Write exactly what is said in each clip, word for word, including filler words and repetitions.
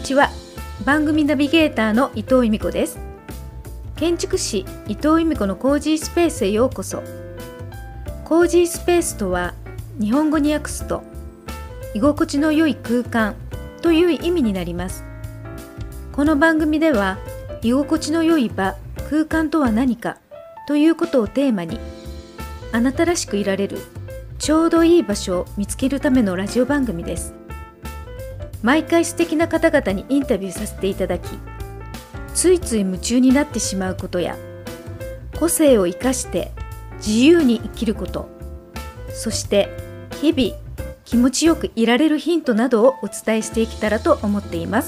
ちは。番組ナビゲーターの伊藤由美子です。建築士伊藤由美子のコージースペースへようこそ。コージースペースとは日本語に訳すと居心地の良い空間という意味になります。この番組では居心地の良い場、空間とは何かということをテーマに、あなたらしくいられるちょうどいい場所を見つけるためのラジオ番組です。毎回素敵な方々にインタビューさせていただき、ついつい夢中になってしまうことや、個性を生かして自由に生きること、そして日々気持ちよくいられるヒントなどをお伝えしていけたらと思っています。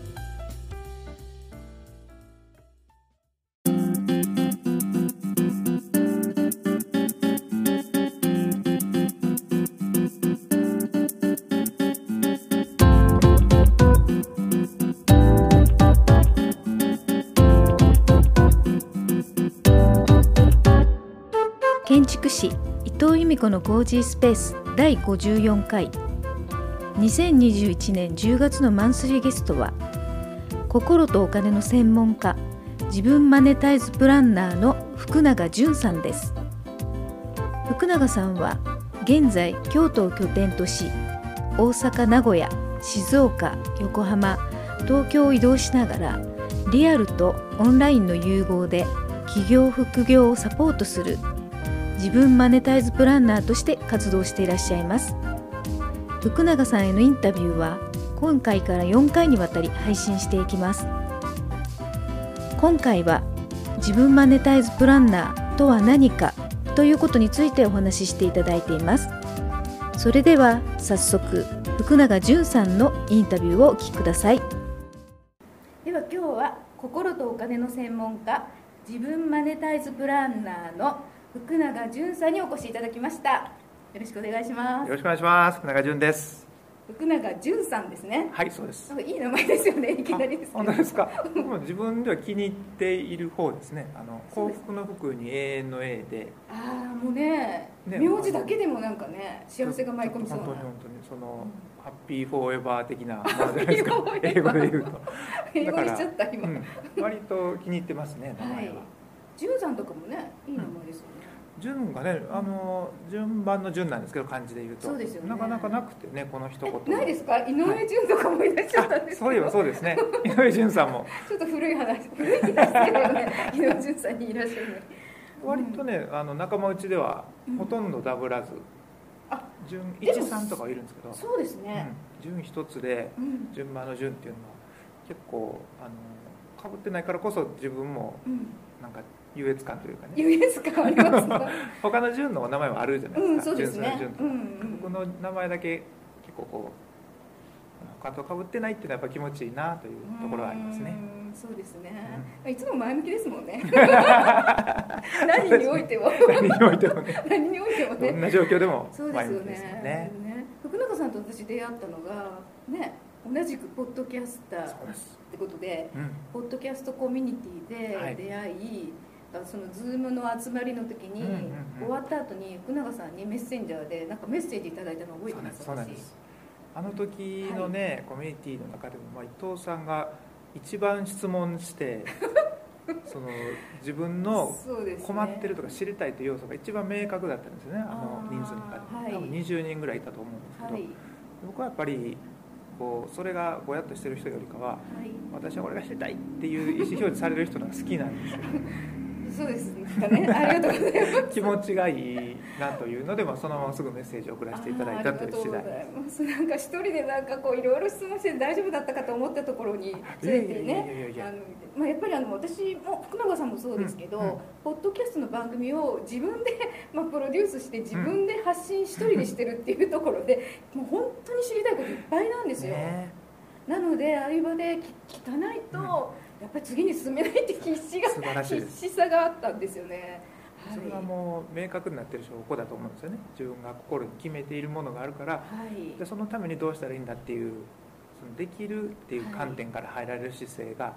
建築士伊藤由美子のコージースペースだいごじゅうよんかい。にせんにじゅういちねんじゅうがつのマンスリーゲストは、心とお金の専門家、自分マネタイズプランナーの福永純さんです。福永さんは現在京都を拠点とし、大阪、名古屋、静岡、横浜、東京を移動しながらリアルとオンラインの融合で起業・副業をサポートする自分マネタイズプランナーとして活動していらっしゃいます。福永さんへのインタビューは今回からよんかいにわたり配信していきます。今回は自分マネタイズプランナーとは何かということについてお話ししていただいています。それでは早速福永純さんのインタビューをお聞きください。では今日は心とお金の専門家、自分マネタイズプランナーの福永純さんにお越しいただきました。よろしくお願いします。 よろしくお願いします。福永純です。 福永純さんですね。 はい、そうです。 なんかいい名前ですよね。いきなりですけど。 本当ですか。僕も自分では気に入っている方ですね。あの幸福の福に永遠の永で。 ああ、もうね、ね、名字だけでもなんかね、幸せが舞い込みそうな。 本当に本当にその、うん、ハッピーフォーエバー的なものじゃないですか。英語で言うと。 英語にしちゃった今、うん。 割と気に入ってますね、名前は。はい、 純さんとかもね、いい名前ですよね。 順がね、あの順番の順なんですけど、漢字で言うと、 そうですよね、 なかなかなくてね、この一言。 ないですか？井上順とかもいらっしゃったんですけど、 そういえばそうですね、井上順さんもちょっと古い話、古い話ですよね。井上順さんにいらっしゃる、 割とね、あの仲間内ではほとんどダブらず、うん、あ、順一さんとかはいるんですけど、 そうですね、 うん、順一つで、うん、順番の順っていうのは結構あの被ってないからこそ自分もなんか優越感というかね、 優越感ありますか？ 他の順の名前はあるじゃないですか、うん、 そうですね、 順とか、うんうん、僕の名前だけ結構こう他と被ってないっていうのはやっぱ気持ちいいなというところはありますね。 うん、そうですね、うん、いつも前向きですもんね。何においても何においてもね何においてもね、 どんな状況でも前向きですよね。ね、福永さんと私出会ったのがね、同じくポッドキャスターってことで、うん、ポッドキャストコミュニティで出会い、はい、そのズームの集まりの時に、うんうんうん、終わった後に福永さんにメッセンジャーでなんかメッセージいただいたのを覚えてます。 そうなんです。あの時のね、はい、コミュニティの中でも、まあ、伊藤さんが一番質問してその自分の困ってるとか知りたいという要素が一番明確だったんですよね、あの人数の中で、はい、多分にじゅうにんぐらいいたと思うんですけど、はい、僕はやっぱりこうそれがぼやっとしてる人よりかは、はい、私はこれが知りたいっていう意思表示される人が好きなんですよ。 そうですかね。ありがとうございます。 気持ちがいいなというので、まあ、そのまますぐメッセージを送らせていただいたという次第。ありがとうございます。 なんか一人でなんかこういろいろ質問して大丈夫だったかと思ったところについてね、まあやっぱりあの私も福永さんもそうですけど、うんうん、ポッドキャストの番組を自分でまあプロデュースして自分で発信一人でしてるっていうところで、もう本当に知りたいこといっぱいなんですよ。ね、なのでああいう場で聞かないと。うん、やっぱり次に進めないって必死が必死さがあったんですよね。 はい、それはもう明確になっている証拠だと思うんですよね。自分が心に決めているものがあるから、はい、でそのためにどうしたらいいんだっていう、そのできるっていう観点から入られる姿勢が、はい、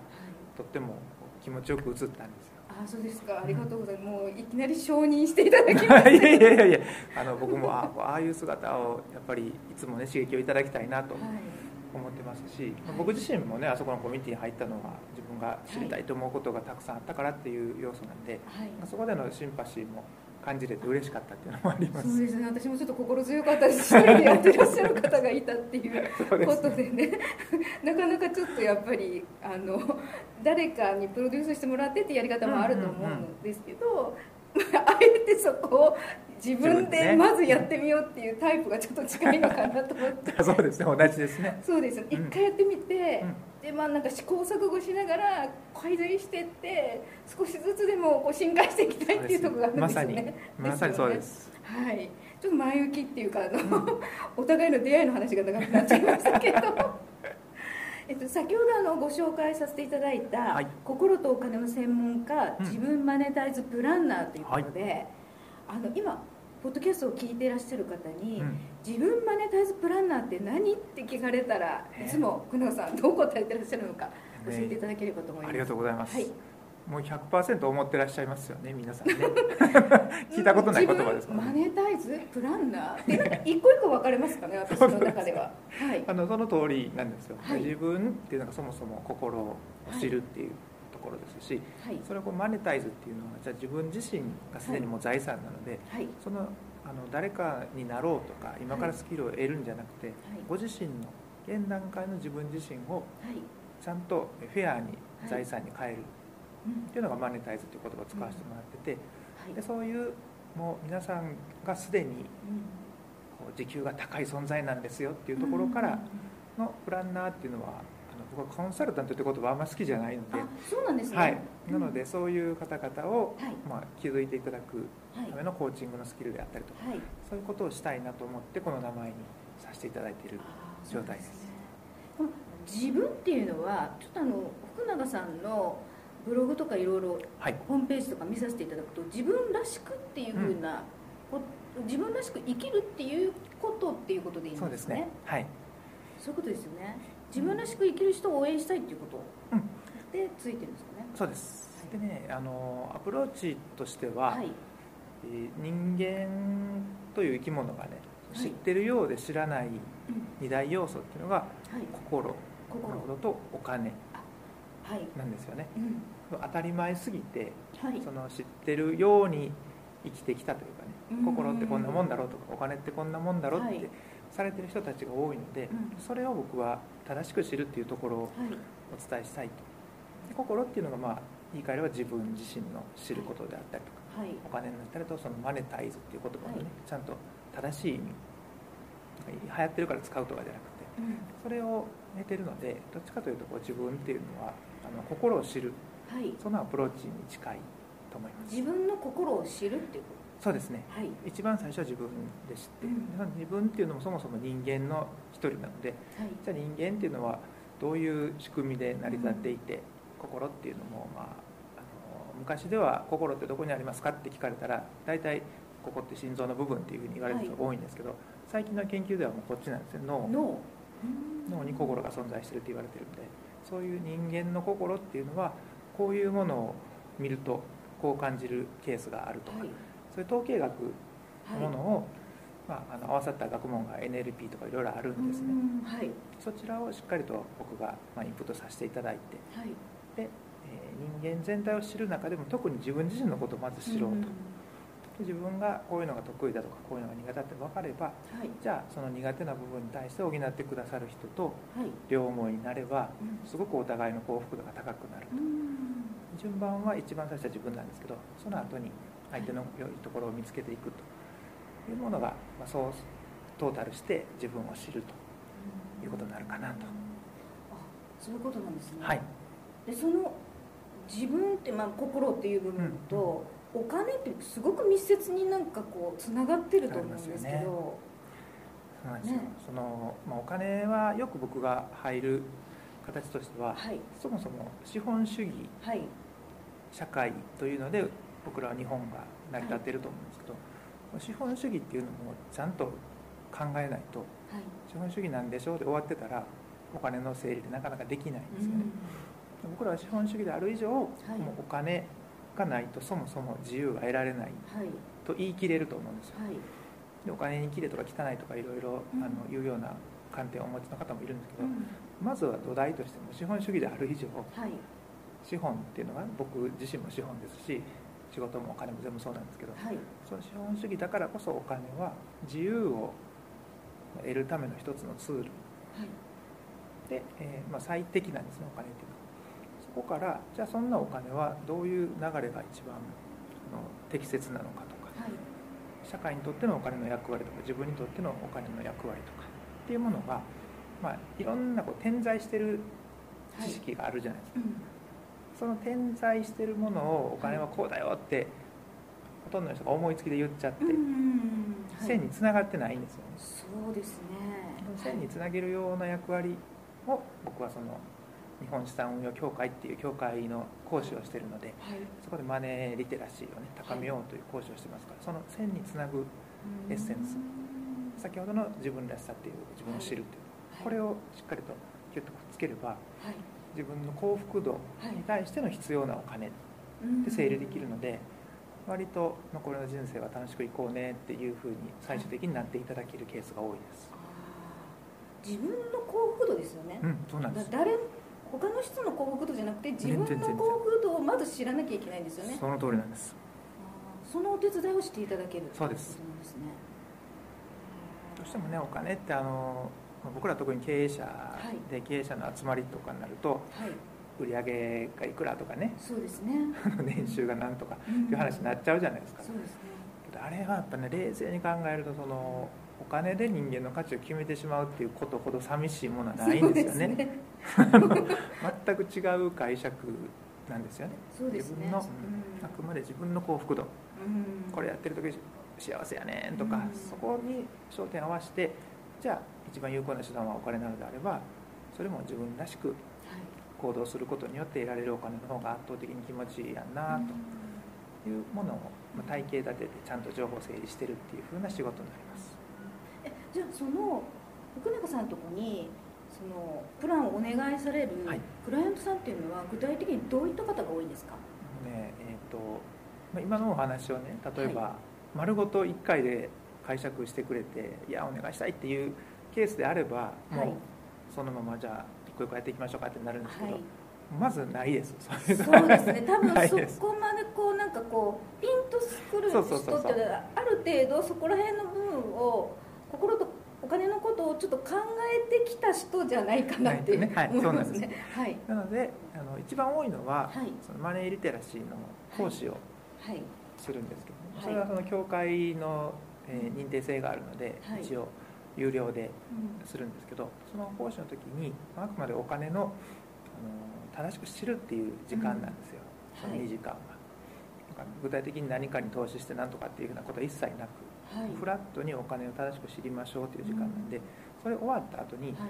とっても気持ちよく映ったんですよ。 あ、そうですか。ありがとうございます。もういきなり承認していただきました。 いやいやいやいや、あの僕も あ, ああいう姿をやっぱりいつもね刺激をいただきたいなと。はい、 思ってますし、僕自身もねあそこのコミュニティに入ったのは自分が知りたいと思うことがたくさんあったからっていう要素なんで、はい、そこでのシンパシーも感じれて嬉しかったっていうのもあります。 そうですね、私もちょっと心強かったです。一人でやってらっしゃる方がいたっていうことでねなかなかちょっとやっぱりあの誰かにプロデュースしてもらってってやり方もあると思うんですけど、うんうんうんあえてそこを自分でまずやってみようっていうタイプがちょっと近いのかなと思ってそうですね、同じですね。 そうです、一回やってみて、うん、でまあなんか試行錯誤しながら改善していって少しずつでもこう進化していきたいっていうところがあるんですよね。 まさにそうです。 はい、ちょっと前置きっていうかあの、うん、お互いの出会いの話が長くなっちゃいましたけどえっと、先ほどあのご紹介させていただいた、はい、心とお金の専門家、うん、自分マネタイズプランナーということで、はい、あの今ポッドキャストを聞いていらっしゃる方に、うん、自分マネタイズプランナーって何って聞かれたら、いつも久永さんどう答えてらっしゃるのか教えていただければと思います。 ありがとうございます、はい、もう ひゃくパーセント 思ってらっしゃいますよね皆さんね聞いたことない言葉ですから、 ね、マネタイズプランナーって一個一個分かれますかね私の中でははい、 あのその通りなんですよ、はい、自分っていうのがそもそも心を知るっていうところですし、はい、それをこうマネタイズっていうのはじゃあ自分自身がすでにもう財産なので、はい、そのあの誰かになろうとか今からスキルを得るんじゃなくて、はい、ご自身の現段階の自分自身をちゃんとフェアに財産に変えるっていうのがマネタイズという言葉を使わせてもらってて、はい、でそういうもう皆さんがすでにこう時給が高い存在なんですよっていうところからのプランナーっていうのはあの僕はコンサルタントって言葉はあんまり好きじゃないので、 そうなんですね、 はい、なのでそういう方々を、はい、まあ、気づいていただくためのコーチングのスキルであったりとか、はい、そういうことをしたいなと思ってこの名前にさせていただいている状態です。 この自分っていうのはちょっとあの福永さんのブログとかいろいろホームページとか見させていただくと、自分らしくっていうふうな、うん、自分らしく生きるっていうことっていうことでいいんですね。そうですね、はい、そういうことですよね。自分らしく生きる人を応援したいっていうことでついてるんですかね。 うん、そうです、はい、でねあのアプローチとしては、はい、えー、人間という生き物がね知ってるようで知らない二大要素っていうのが、はい、心、心とお金なんですよね、はい、うん、当たり前すぎて、はい、その知ってるように生きてきたというかね、心ってこんなもんだろうとかお金ってこんなもんだろうってされてる人たちが多いので、はい、それを僕は正しく知るっていうところをお伝えしたいと、で心っていうのがまあ言い換えれば自分自身の知ることであったりとか、はい、お金になったりとそのマネタイズっていう言葉のね、はい、ちゃんと正しい意味、流行ってるから使うとかじゃなくて、うん、それを得てるのでどっちかというとこう自分っていうのはあの心を知る、はい、そのアプローチに近いと思います。 自分の心を知るっていうこと。 そうですね、はい、一番最初は自分で知って、うん、自分っていうのもそもそも人間の一人なので、はい、じゃあ人間っていうのはどういう仕組みで成り立っていて、うん、心っていうのも、まあ、あの昔では心ってどこにありますかって聞かれたら大体ここって心臓の部分っていうふうに言われる人が多いんですけど、はい、最近の研究ではもうこっちなんですよ。脳、脳、脳に心が存在してるって言われてるんで、そういう人間の心っていうのはこういうものを見るとこう感じるケースがあるとか、はい、そういう統計学のものを、はい、まあ、あの合わさった学問が エヌエルピー とかいろいろあるんですね、はい、そちらをしっかりと僕が、まあ、インプットさせていただいて、はい、で、えー、人間全体を知る中でも特に自分自身のことをまず知ろうと、自分がこういうのが得意だとかこういうのが苦手だって分かれば、はい、じゃあその苦手な部分に対して補ってくださる人と両思いになればすごくお互いの幸福度が高くなると、うん、順番は一番最初は自分なんですけど、その後に相手の良いところを見つけていくというものが、まあ、そうトータルして自分を知るということになるかなと、うん、あ、 そういうことなんですね、 はい、 でその自分って、まあ、心っていう部分と、うん、お金ってすごく密接になんかこうつながってると思うんですけど、 そうなんですよ、ね、そのまあ、お金はよく僕が入る形としては、はい、そもそも資本主義、はい、社会というので僕らは日本が成り立っていると思うんですけど、はい、資本主義っていうのもちゃんと考えないと、はい、資本主義なんでしょうで終わってたらお金の整理でなかなかできないんですよね、うん、僕らは資本主義である以上、はい、もうお金がないとそもそも自由が得られないと言い切れると思うんですよ、はい、でお金にきれとか汚いとかいろいろ言うような観点をお持ちの方もいるんですけど、うん、まずは土台としても資本主義である以上、はい、資本っていうのは僕自身も資本ですし、仕事もお金も全部そうなんですけど、はい、その資本主義だからこそお金は自由を得るための一つのツール、はい、で、えーまあ、最適なんですね、お金っていうのは。そこからじゃあそんなお金はどういう流れが一番の適切なのかとか、はい、社会にとってのお金の役割とか自分にとってのお金の役割とかっていうものが、まあ、いろんなこう点在してる知識があるじゃないですか、はい、うん、その点在してるものをお金はこうだよって、はい、ほとんどの人が思いつきで言っちゃって、うん、はい、線につながってないんですよね。 そうですね。 線につなげるような役割を僕はその日本資産運用協会っていう協会の講師をしているので、はい、そこでマネーリテラシーをね高めようという講師をしてますから、その線につなぐエッセンス、先ほどの自分らしさっていう自分を知るっていう、はい、これをしっかりとギュッとくっつければ、はい、自分の幸福度に対しての必要なお金って整理できるので、割と残りの人生は楽しくいこうねっていうふうに最終的になっていただけるケースが多いです。 自分の幸福度ですよね。 うん、そうなんです。 誰他の人の幸福度じゃなくて自分の幸福度をまず知らなきゃいけないんですよね。 その通りなんです。 そのお手伝いをしていただける。 そうです。どうしてもね、お金ってあの僕ら特に経営者で経営者の集まりとかになると、はい、売上がいくらとかね、 そうですね、 年収がなんとかっていう話になっちゃうじゃないですか。 うん、そうですね。 けどあれはやっぱね、冷静に考えるとそのお金で人間の価値を決めてしまうっていうことほど寂しいものはないんですよね。ね全く違う解釈なんですよね。 そうですね。 自分の、うん、あくまで自分の幸福度、うん、これやってる時幸せやねんとか、うん、そこに焦点を合わせて、じゃあ一番有効な手段はお金なのであれば、それも自分らしく行動することによって得られるお金の方が圧倒的に気持ちいいやんなというものを体系立ててちゃんと情報整理してるっていう風な仕事になります。 えじゃあその福永さんのとこにそのプランをお願いされるクライアントさんっていうのは具体的にどういった方が多いんですか？ ねえー、と今のお話をね、例えば、はい、丸ごといっかいで解釈してくれて、いやお願いしたいっていうケースであれば、もうそのままじゃあ一個一個やっていきましょうかってなるんですけど、はい、まずないです。 それそうですね。多分そこまでこうなんかこうピンとくる人ってある程度そこら辺の部分を心とお金のことをちょっと考えてきた人じゃないかなって思いますね。はい。 なのであの一番多いのは、はい、そのマネーリテラシーの講師をするんですけど、はいはい、それはその協会の、えー、認定制があるので、はい、一応有料でするんですけど、その講師の時にあくまでお金の、あの正しく知るっていう時間なんですよ、うん、そのにじかんは、はい、具体的に何かに投資して何とかっていうふうなことは一切なく、はい、フラットにお金を正しく知りましょうという時間なんで、うん、それ終わった後に、はい、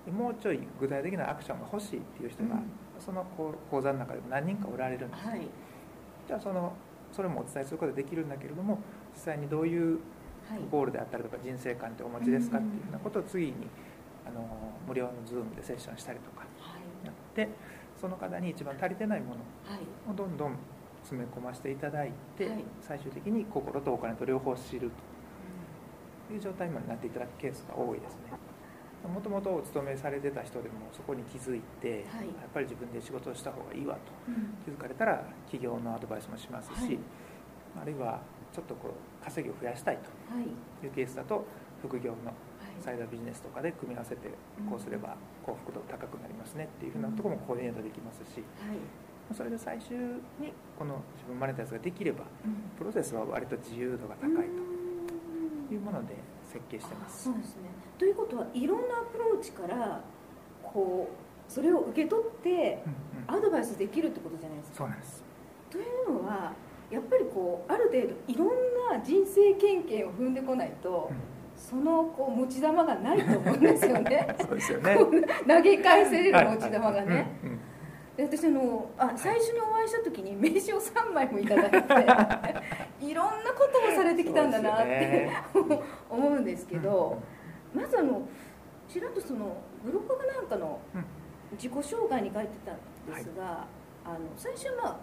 もうちょい具体的なアクションが欲しいっていう人が、うん、その講座の中でも何人かおられるんです、はい、じゃあそのそれもお伝えすることができるんだけれども、実際にどういうゴールであったりとか人生観ってお持ちですかっていうようなことを次にあの無料のズームでセッションしたりとかやって、その方に一番足りてないものをどんどん詰め込ませていただいて、最終的に心とお金と両方知るという状態までなっていただくケースが多いですね。もともとお勤めされてた人でもそこに気づいて、はい、やっぱり自分で仕事をした方がいいわと気づかれたら企業のアドバイスもしますし、はい、あるいはちょっとこう稼ぎを増やしたいというケースだと副業のサイドビジネスとかで組み合わせてこうすれば幸福度高くなりますねっていうふうなところもコーディネートできますし、はい、それで最終にこの自分マネタイズができればプロセスは割と自由度が高いというもので設計してます。 そうですね。ということはいろんなアプローチからこうそれを受け取ってアドバイスできるってことじゃないですか。 そうなんです。 というのはやっぱりこうある程度いろんな人生経験を踏んでこないと、うん、そのこう持ち玉がないと思うんですよね。 そうですよね。 投げ返せれる持ち玉がね。で私あのあ最初にお会いした時に名刺をさんまいもいただいていろんなことをされてきたんだなって、ね、思うんですけど、うん、まずあのちらっとそのブログなんかの自己紹介に書いてたんですが、はい、あの最初まあ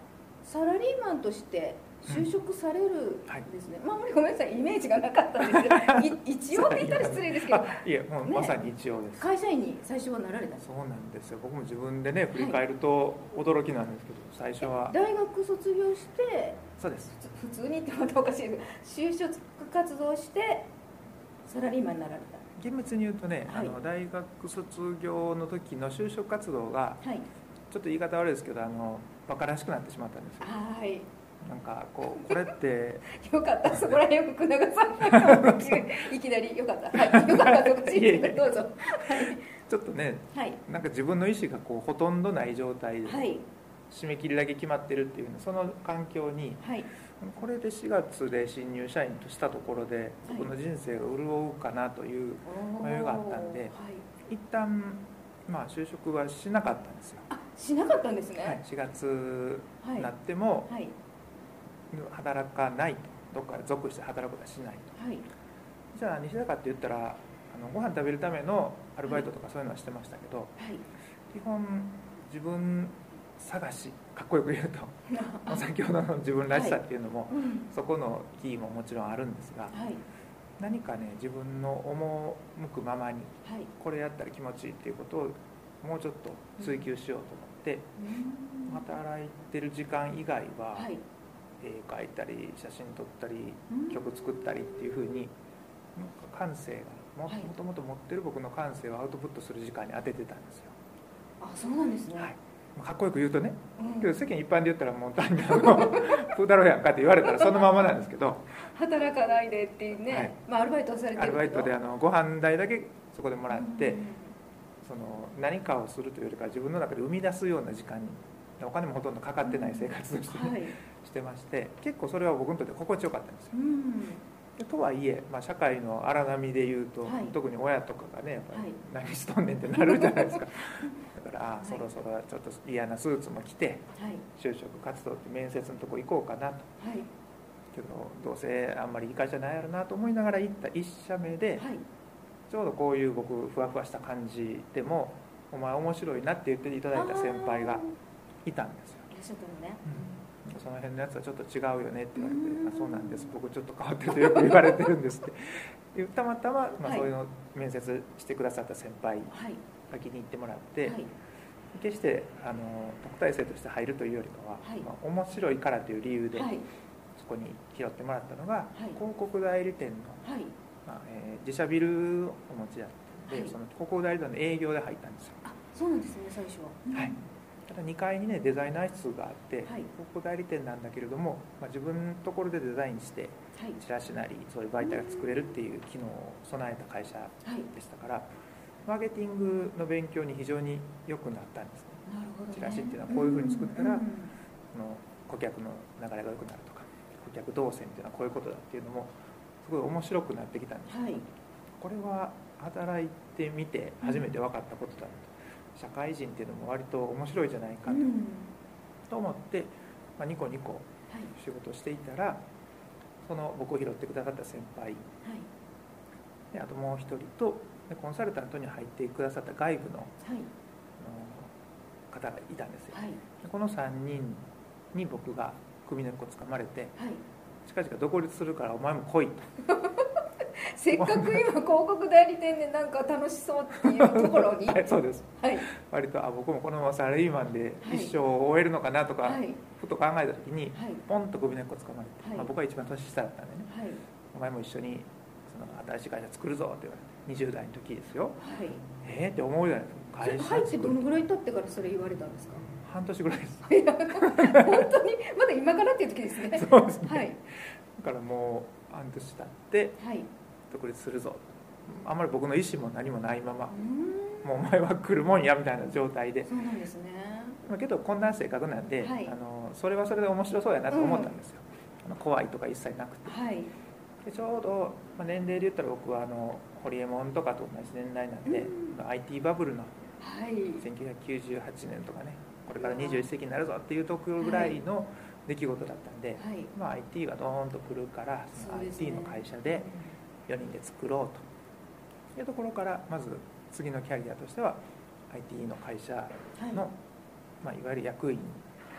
サラリーマンとして就職されるんですね、うん、はい、まあ、ごめんなさい、イメージがなかったんですけど一応って言ったら失礼ですけどいえ、もうまさに一応です、ね、 会社員に最初はなられた。 そうなんですよ。僕も自分でね振り返ると驚きなんですけど、はい、最初は大学卒業して、 そうです、 普通にってまたおかしいですけど、就職活動してサラリーマンになられた。 厳密に言うとね、はい、あの大学卒業の時の就職活動が、はい、ちょっと言い方悪いですけど、あのバカらしくなってしまったんですよ。はい、なんかこうこれってよかった、そこら辺福永さんいきなりよかった、はい、よかったとか言ってどうぞ、はい、 ちょっとね、はい、なんか自分の意思がこうほとんどない状態で、はい、締め切りだけ決まってるっていうその環境に、はい、これでしがつで新入社員としたところで僕の人生が潤うかなという迷いがあったんで、はい、一旦まあ就職はしなかったんですよ。 あ、しなかったんですね。 はい、しがつになっても、はいはい、働かないと、どっかで属して働くことはしないと、はい、じゃあ何してたかって言ったら、あのご飯食べるためのアルバイトとかそういうのはしてましたけど、はい、基本自分探し、かっこよく言うと先ほどの自分らしさっていうのも、はい、うん、そこのキーももちろんあるんですが、はい、何かね自分の赴くままに、はい、これやったら気持ちいいっていうことをもうちょっと追求しようと思って、うん、働いてる時間以外は、はい、絵描いたり写真撮ったり、うん、曲作ったりっていうふうに感性が も,、はい、もともと持ってる僕の感性をアウトプットする時間に当ててたんですよ。 あ、そうなんですね。はい、 かっこよく言うとね、うん、けど世間一般で言ったらもう単にあの「プーだろうやんか」って言われたらそのままなんですけど働かないでっていうね、はい、まあ、アルバイトをされてるアルバイトであのご飯代だけそこでもらって、うん、その何かをするというよりか自分の中で生み出すような時間にお金もほとんどかかってない生活をして、ね、はい、してまして、結構それは僕にとって心地よかったんですよ、うん、でとはいえ、まあ、社会の荒波でいうと、はい、特に親とかがねやっぱり何しとんねんってなるじゃないですかだから、あ、そろそろちょっと嫌なスーツも着て、はい、就職活動って面接のとこ行こうかなと、はい、けどどうせあんまりいい会社ないやろなと思いながら行った一社目で、はい、ちょうどこういう僕ふわふわした感じでもお前面白いなって言っていただいた先輩がいたんですよ。 いらっしゃったのね、 うん、その辺のやつはちょっと違うよねって言われて、あ、そうなんです、僕ちょっと変わってるとよく言われてるんですってたまたま、まあ、そういうの面接してくださった先輩が気に入ってもらって、はい、決してあの特待生として入るというよりかは、はい、まあ、面白いからという理由で、はい、そこに拾ってもらったのが、はい、広告代理店の、はい、まあえー、自社ビルをお持ちだったので、はい、その広告代理店の営業で入ったんですよ。 あ、そうなんですね、最初は、うん、はい。 ただにかいにねデザイナー室があって、はい、広告代理店なんだけれども、まあ、自分のところでデザインして、はい、チラシなりそういう媒体が作れるっていう機能を備えた会社でしたから、はい、マーケティングの勉強に非常に良くなったんですね。なるほどね。チラシっていうのはこういうふうに作ったら、うん、の顧客の流れが良くなるとか、顧客動線っていうのはこういうことだっていうのもすごい面白くなってきたんですけど、はい、これは働いてみて初めて分かったことだと、うん、社会人っていうのも割と面白いじゃないかと、うん、と思って、まあ、ニコニコ仕事していたら、はい、その僕を拾ってくださった先輩、はい、であともう一人とでコンサルタントに入ってくださった外部の、はい、の方がいたんですよ、はい、このさんにんに僕が首根っこつかまれて、はい、近々独立するからお前も来いとせっかく今広告代理店でなんか楽しそうっていうところにはい、そうです、はい、割とあ僕もこのままサラリーマンで一生を終えるのかなとか、はい、ふと考えた時に、はい、ポンと首根っこつかまれて、はい、まあ、僕は一番年下だったんでね、はい、お前も一緒にその新しい会社作るぞって言われてにじゅう代の時ですよ、はい、えーって思うじゃないですか。 会社入ってどのぐらい経ってからそれ言われたんですか？ 半年ぐらいです。 本当にまだ今からっていう時ですね。 そうですね、はい、だからもう半年経って独立するぞ、あんまり僕の意思も何もないまま、もうお前は来るもんやみたいな状態で。 そうなんですね。 けどこんな性格なんで、はい、あのそれはそれで面白そうやなと思ったんですよ、うん、あの怖いとか一切なくて、はい、でちょうど、まあ、年齢で言ったら僕はあのホリエモンとかと同じ年代なんで、うん、アイティー バブルのせんきゅうひゃくきゅうじゅうはちねんとかね、これからにじゅういっ世紀になるぞっていうところぐらいの出来事だったんで、はい、まあ、アイティー がドーンと来るからその アイティー の会社でよにんで作ろうというところから、まず次のキャリアとしては アイティー の会社の、はい、まあ、いわゆる役員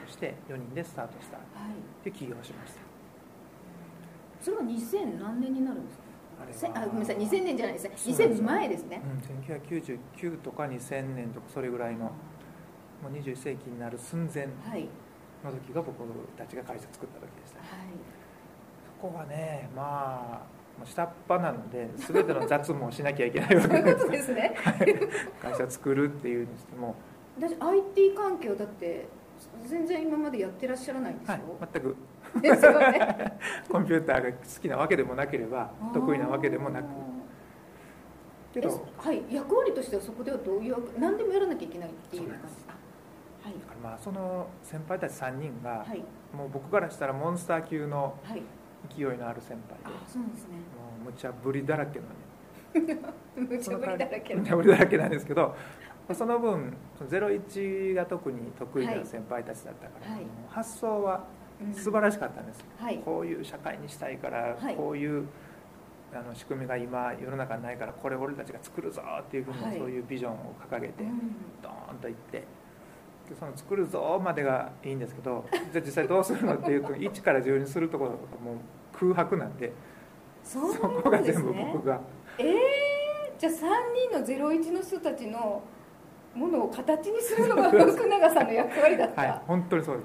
としてよにんでスタートしたっていう起業をしました、はい、 それはにせん何年になるんですか？ああごめんなさい、にせんねんじゃないですね、にせんまえですね、 うん、せんきゅうひゃくきゅうじゅうきゅうとかにせんねんとかそれぐらいのもうにじゅういっせいきになる寸前の時が僕たちが会社作った時でした、はい、そこはね、まあ下っ端なので全ての雑務をしなきゃいけないわけです。 そういうことですね会社作るっていうにしてもだって アイティー 環境だって全然今までやってらっしゃらないんですよ、はい、 全くですよねコンピューターが好きなわけでもなければ得意なわけでもなくけど、はい、役割としてはそこではどういう何でもやらなきゃいけないっていう感じですか？ はい、だからまあその先輩たちさんにんが、はい、もう僕からしたらモンスター級の勢いのある先輩で、はい、 あ、そうなんですね、 もう無茶ぶりだらけのね無茶ぶりだらけの無茶ぶりだらけなんですけどその分ゼロイチが特に得意な先輩たちだったから、はい、発想は素晴らしかったんです、うん、はい、こういう社会にしたいから、はい、こういうあの仕組みが今世の中にないからこれ俺たちが作るぞっていうふうに、はい、そういうビジョンを掲げて、うん、ドーンといってでその作るぞまでがいいんですけどじゃあ実際どうするのっていうといちからじゅうにするところとかもう空白なんで、 そうなんですね、 そこが全部僕がえー、じゃあさんにんのゼロイチの人たちのものを形にするのが福永さんの役割だった。 はい、本当にそうです。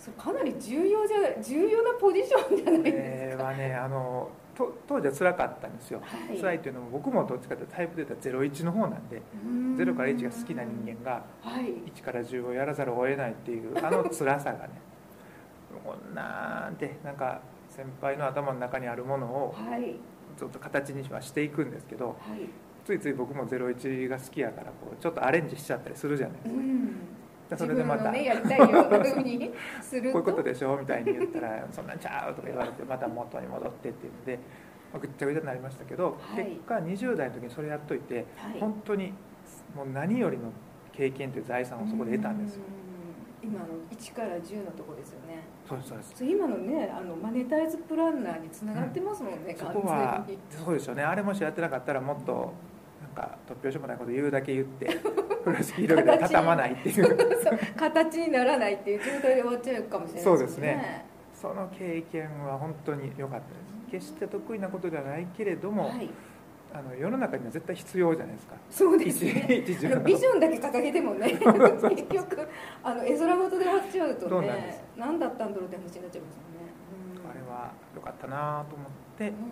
それかなり重要じゃ重要なポジションじゃないですか。 えー、はねあのと当時は辛かったんですよ、はい、辛いというのも僕もどっちかというとタイプで言ったらゼロイチの方なんでゼロからいちが好きな人間がいちからじゅうをやらざるを得ないっていうあの辛さがねこんなんてなんか先輩の頭の中にあるものをちょっと形にはしていくんですけど、はい、ついつい僕もゼロイチが好きやからこうちょっとアレンジしちゃったりするじゃないですか、うん、それでまた、 ね、やりたいような風にするとこういうことでしょみたいに言ったらそんなんちゃうとか言われてまた元に戻ってっていうので、まあ、ぐっちゃぐちゃになりましたけど、はい、結果にじゅう代の時にそれやっといて、はい、本当にもう何よりの経験という財産をそこで得たんですよ。 今のいちからじゅうのとこですよね。 そうですそうです。 今のねあのマネタイズプランナーにつながってますもんね、うん、 そこはそうですよね。あれもしやってなかったらもっとなんか突拍子もないこと言うだけ言って風呂敷広げて畳まないっていう形にならないっていう状態で終わっちゃうかもしれないですね。 そうですね。その経験は本当に良かったです。決して得意なことではないけれども、はい、あの世の中には絶対必要じゃないですか。 そうですね。ビジョンだけ掲げてもね結局あの絵空事で終わっちゃうとね何だったんだろうって話になっちゃいますよね、 うん、あれは良かったなと思って、うん、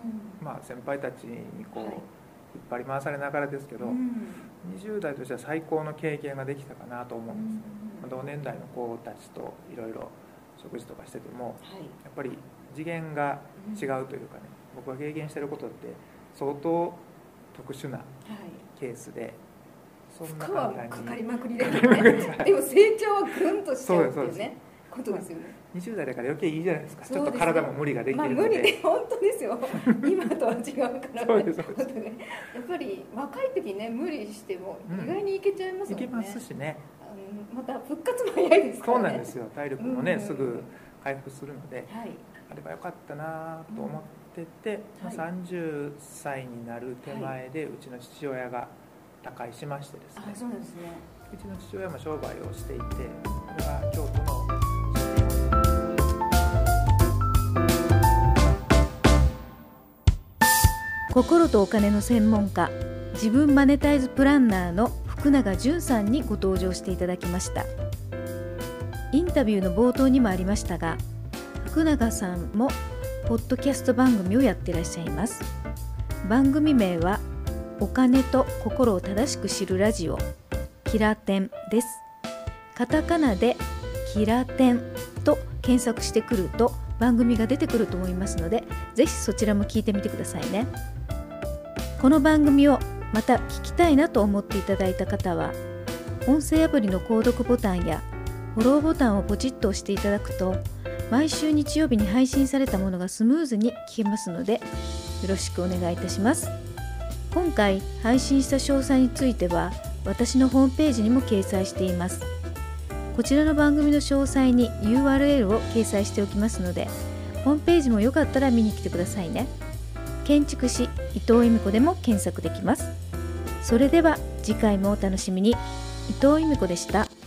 まあ先輩たちにこう、はい、引っ張り回されながらですけど、うん、にじゅう代としては最高の経験ができたかなと思うんですね、うん、同年代の子たちといろいろ食事とかしてても、はい、やっぱり次元が違うというかね、僕が経験してることって相当特殊なケースで、はい、そんな簡単にかかりまくりだけどねでも成長はぐんとしちゃうっていうねことですよね。 にじゅう代だから余計いいじゃないですか。す、ね、ちょっと体も無理ができるので、 まあ、無理で本当ですよ今とは違うからそうですそうです、ね、やっぱり若い時ね無理しても意外にいけちゃいますもんね、 うん、いけますしね、 あのまた復活も早いですからね。 そうなんですよ。体力もね、うんうん、すぐ回復するので、はい、あればよかったなと思ってて、うんはい、さんじゅっさいになる手前でうちの父親が他界しましてですね、 あ、そうなんですね。 うちの父親も商売をしていて、これが京都の心とお金の専門家、自分マネタイズプランナーの福永純さんにご登場していただきました。インタビューの冒頭にもありましたが、福永さんもポッドキャスト番組をやっていらっしゃいます。番組名はお金と心を正しく知るラジオキラテンです。カタカナでキラテンと検索してくると番組が出てくると思いますので、ぜひそちらも聞いてみてくださいね。この番組をまた聞きたいなと思っていただいた方は、音声アプリの購読ボタンやフォローボタンをポチッと押していただくと、毎週日曜日に配信されたものがスムーズに聞けますので、よろしくお願いいたします。今回配信した詳細については、私のホームページにも掲載しています。こちらの番組の詳細に ユーアールエル を掲載しておきますので、ホームページもよかったら見に来てくださいね。建築士伊藤恵美子でも検索できます。それでは次回もお楽しみに。伊藤恵美子でした。